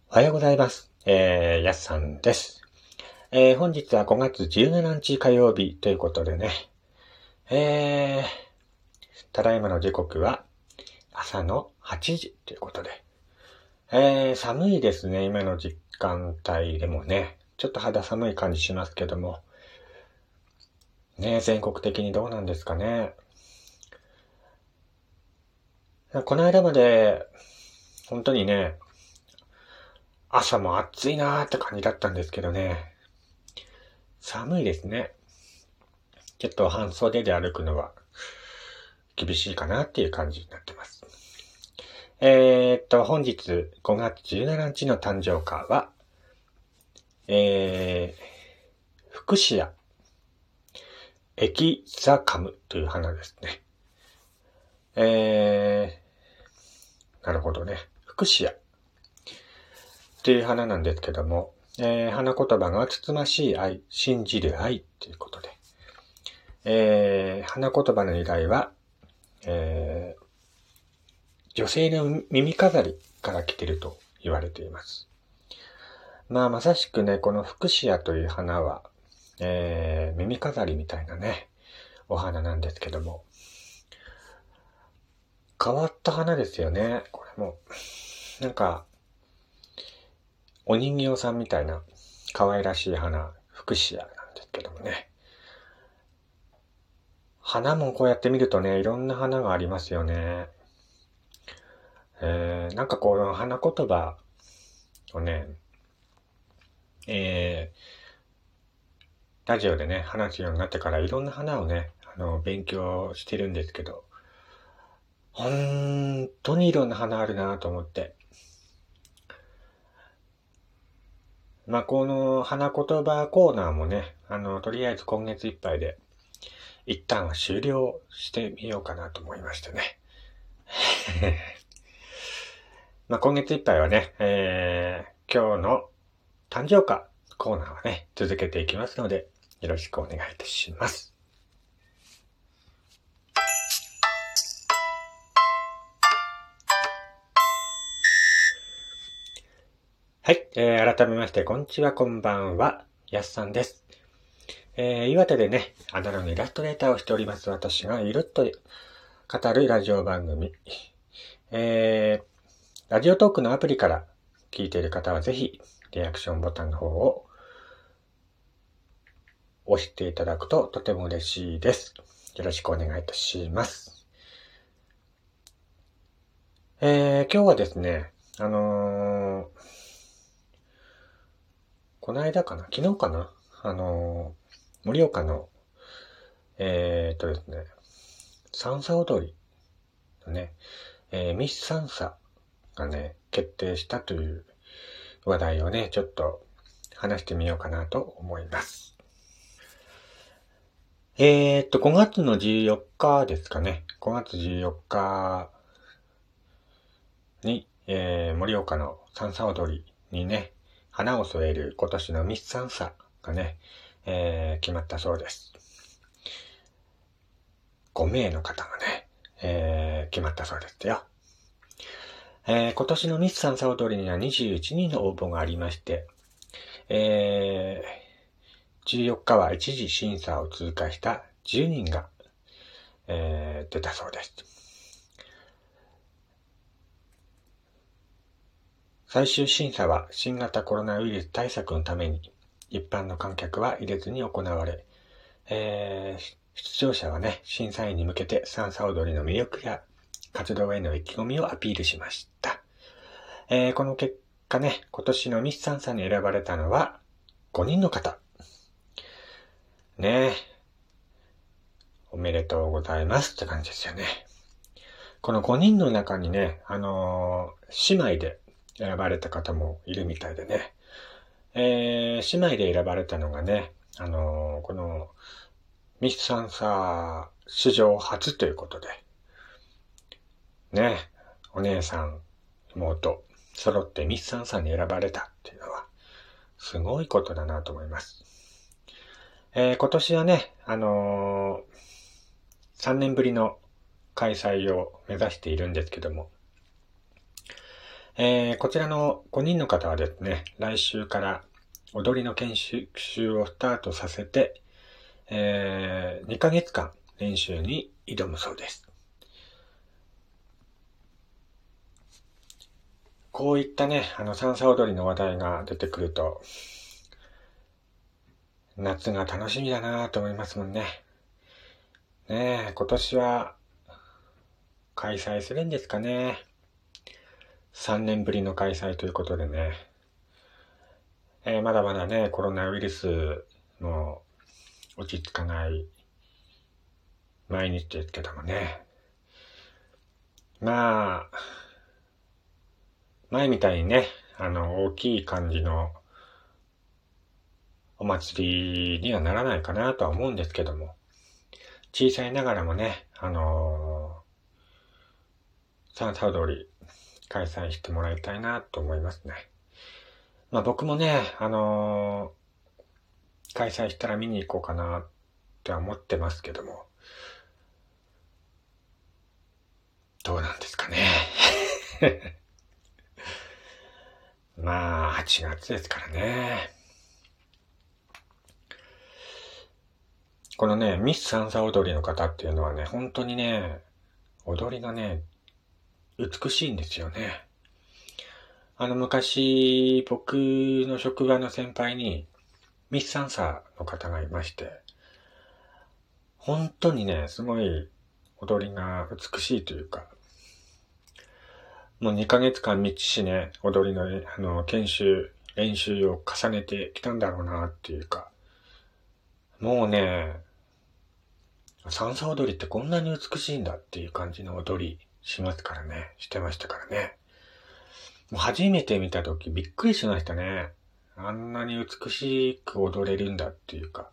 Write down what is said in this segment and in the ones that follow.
おはようございます。やすさんです。本日は5月17日火曜日ということでね、ただいまの時刻は朝の8時ということで、寒いですね、今の時間帯でもね、ちょっと肌寒い感じしますけども、ね、全国的にどうなんですかね。この間まで、本当にね、朝も暑いなーって感じだったんですけどね、寒いですね。ちょっと半袖で歩くのは厳しいかなっていう感じになってます。本日5月17日の誕生花は、フクシア、エキザカムという花ですね。なるほどね。フクシアという花なんですけども、花言葉がつつましい愛、信じる愛ということで、花言葉の由来は、女性の耳飾りから来ていると言われています。まさしくね、このフクシアという花は、耳飾りみたいなね、お花なんですけども、変わった花ですよね、これも。なんか、お人形さんみたいな可愛らしい花、フクシアなんですけどもね。花もこうやって見るとね、いろんな花がありますよね。なんかこの花言葉をね、ラジオでね、話すようになってからいろんな花をね、勉強してるんですけど、本当にいろんな花あるなと思って。この花言葉コーナーもね、とりあえず今月いっぱいで、一旦は終了してみようかなと思いましてね。今月いっぱいはね、今日の誕生花コーナーはね、続けていきますので、よろしくお願いいたします。はい、改めまして、こんにちは、こんばんは、やすさんです。岩手でね、アナログイラストレーターをしております私がゆるっと語るラジオ番組、ラジオトークのアプリから聞いている方はぜひ、リアクションボタンの方を押していただくととても嬉しいです。よろしくお願いいたします。今日はですね、この間かな昨日かな盛岡の、ですね、サンサ踊りのね、ミスサンサがね、決定したという話題をね、ちょっと話してみようかなと思います。5月の14日ですかね。5月14日に、盛岡のサンサ踊りにね、花を添える今年のミスサンサがね、決まったそうです。5名の方がね、決まったそうですよ。今年のミスサンサ踊りには21人の応募がありまして、14日は一次審査を通過した10人が、出たそうです。最終審査は新型コロナウイルス対策のために一般の観客は入れずに行われ、出場者はね、審査員に向けてサンサ踊りの魅力や活動への意気込みをアピールしました。この結果ね、今年のミスサンサに選ばれたのは5人の方。ねおめでとうございますって感じですよね。この5人の中にね、姉妹で選ばれた方もいるみたいでね。姉妹で選ばれたのがね、このミスサンサ史上初ということで、ね、お姉さん、妹、揃ってミスサンサに選ばれたっていうのは、すごいことだなと思います。今年はね、3年ぶりの開催を目指しているんですけども、 こちらの5人の方はですね、来週から踊りの研修をスタートさせて、2ヶ月間練習に挑むそうです。こういったね、三叉踊りの話題が出てくると、夏が楽しみだなと思いますもんね。ねえ、今年は開催するんですかね。3年ぶりの開催ということでね。まだまだね、コロナウイルスも落ち着かない毎日ですけどもね。まあ、前みたいにね、大きい感じのお祭りにはならないかなとは思うんですけども、小さいながらもね、三叉踊り開催してもらいたいなと思いますね。まあ僕もね、開催したら見に行こうかなって思ってますけども、どうなんですかね。まあ、8月ですからね。このね、ミス三叉踊りの方っていうのはね、本当にね、踊りがね、美しいんですよね。昔、僕の職場の先輩に、ミス三叉の方がいまして、本当にね、すごい踊りが美しいというか、もう2ヶ月間みっちしね、踊りの、練習を重ねてきたんだろうなっていうか、もうね、三叉踊りってこんなに美しいんだっていう感じの踊りしますからね、してましたからね。もう初めて見たときびっくりしましたね。あんなに美しく踊れるんだっていうか。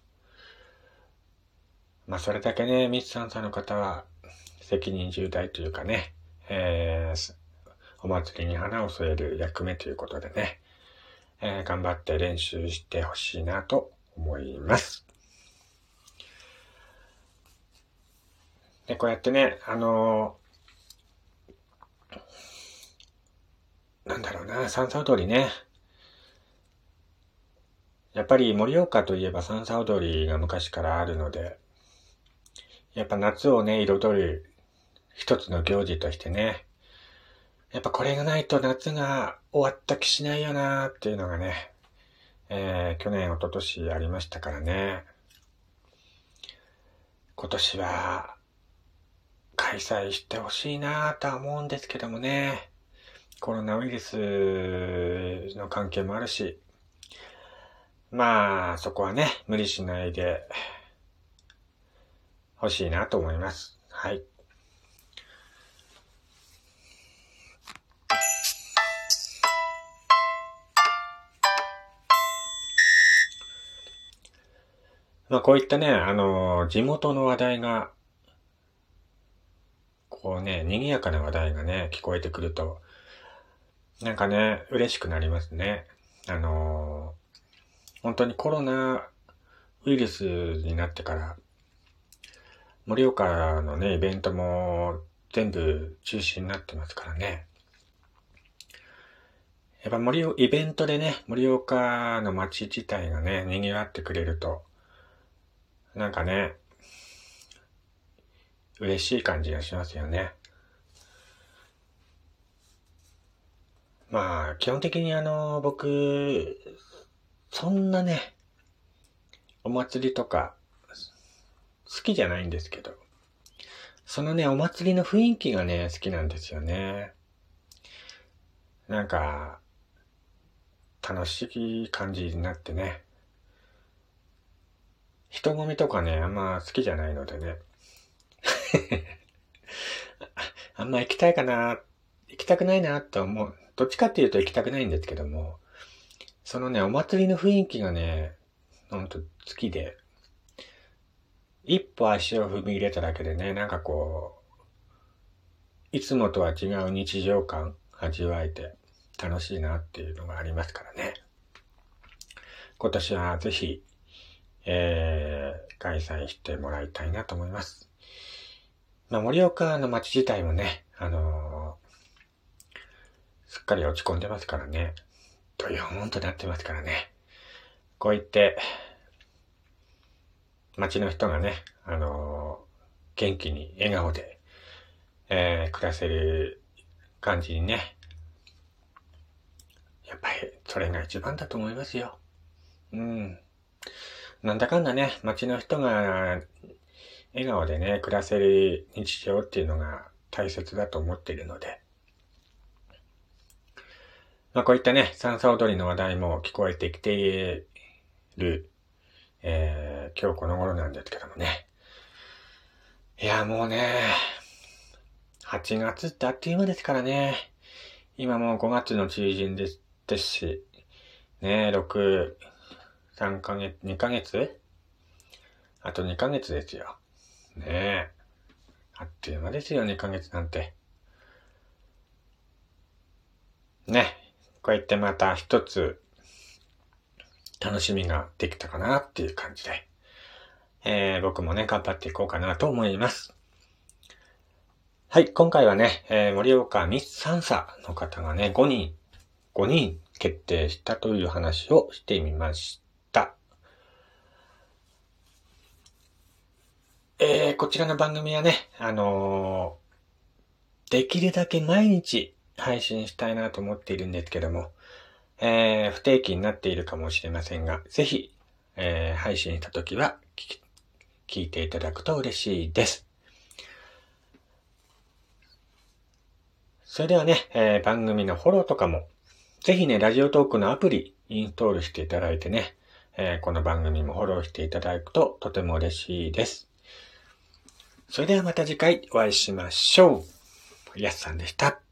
まあそれだけね、ミス三叉の方は責任重大というかね、お祭りに花を添える役目ということでね、頑張って練習してほしいなと思います。で、こうやってね、なんだろうな、三叉踊りね。やっぱり盛岡といえば三叉踊りが昔からあるので、やっぱ夏をね、彩る一つの行事としてね、やっぱこれがないと夏が終わった気しないよなーっていうのがね、去年、一昨年ありましたからね。今年は開催してほしいなーとは思うんですけどもね。コロナウイルスの関係もあるし、まあ、そこはね、無理しないでほしいなと思います。はい。まあ、こういったね、地元の話題が、こうね、賑やかな話題がね、聞こえてくると、なんかね、嬉しくなりますね。本当にコロナウイルスになってから、盛岡のね、イベントも全部中止になってますからね。やっぱイベントでね、盛岡の街自体がね、賑わってくれると、なんかね、嬉しい感じがしますよね。まあ、基本的に僕、そんなね、お祭りとか、好きじゃないんですけど、そのね、お祭りの雰囲気がね、好きなんですよね。なんか、楽しい感じになってね。人混みとかね、あんま好きじゃないのでね。あんま行きたいかな、行きたくないなと思う。どっちかっていうと行きたくないんですけども、そのね、お祭りの雰囲気がね、ほんと好きで、一歩足を踏み入れただけでね、なんかこう、いつもとは違う日常感味わえて楽しいなっていうのがありますからね。今年はぜひ、開催してもらいたいなと思います。まあ、盛岡の街自体もね、 すっかり落ち込んでますからね。ドヨーンとなってますからね。こう言って、街の人がね、元気に笑顔で、暮らせる感じにね、やっぱりそれが一番だと思いますよ。なんだかんだね、街の人が笑顔でね、暮らせる日常っていうのが大切だと思っているので、こういったね、三叉踊りの話題も聞こえてきている、今日この頃なんですけどもね。いや、もうね、8月ってあっという間ですからね。今もう5月の中旬ですし、ね、3ヶ月、2ヶ月あと2ヶ月ですよ。ねあっという間ですよ、2ヶ月なんて。ね、こうやってまた一つ楽しみができたかなっていう感じで、僕もね、頑張っていこうかなと思います。はい、今回はね、盛岡ミス3佐の方がね、5人決定したという話をしてみました。こちらの番組はね、できるだけ毎日配信したいなと思っているんですけども、不定期になっているかもしれませんが、ぜひ、配信したときは聞いていただくと嬉しいです。それではね、番組のフォローとかも、ぜひね、ラジオトークのアプリインストールしていただいてね、この番組もフォローしていただくととても嬉しいです。それではまた次回お会いしましょう。やすさんでした。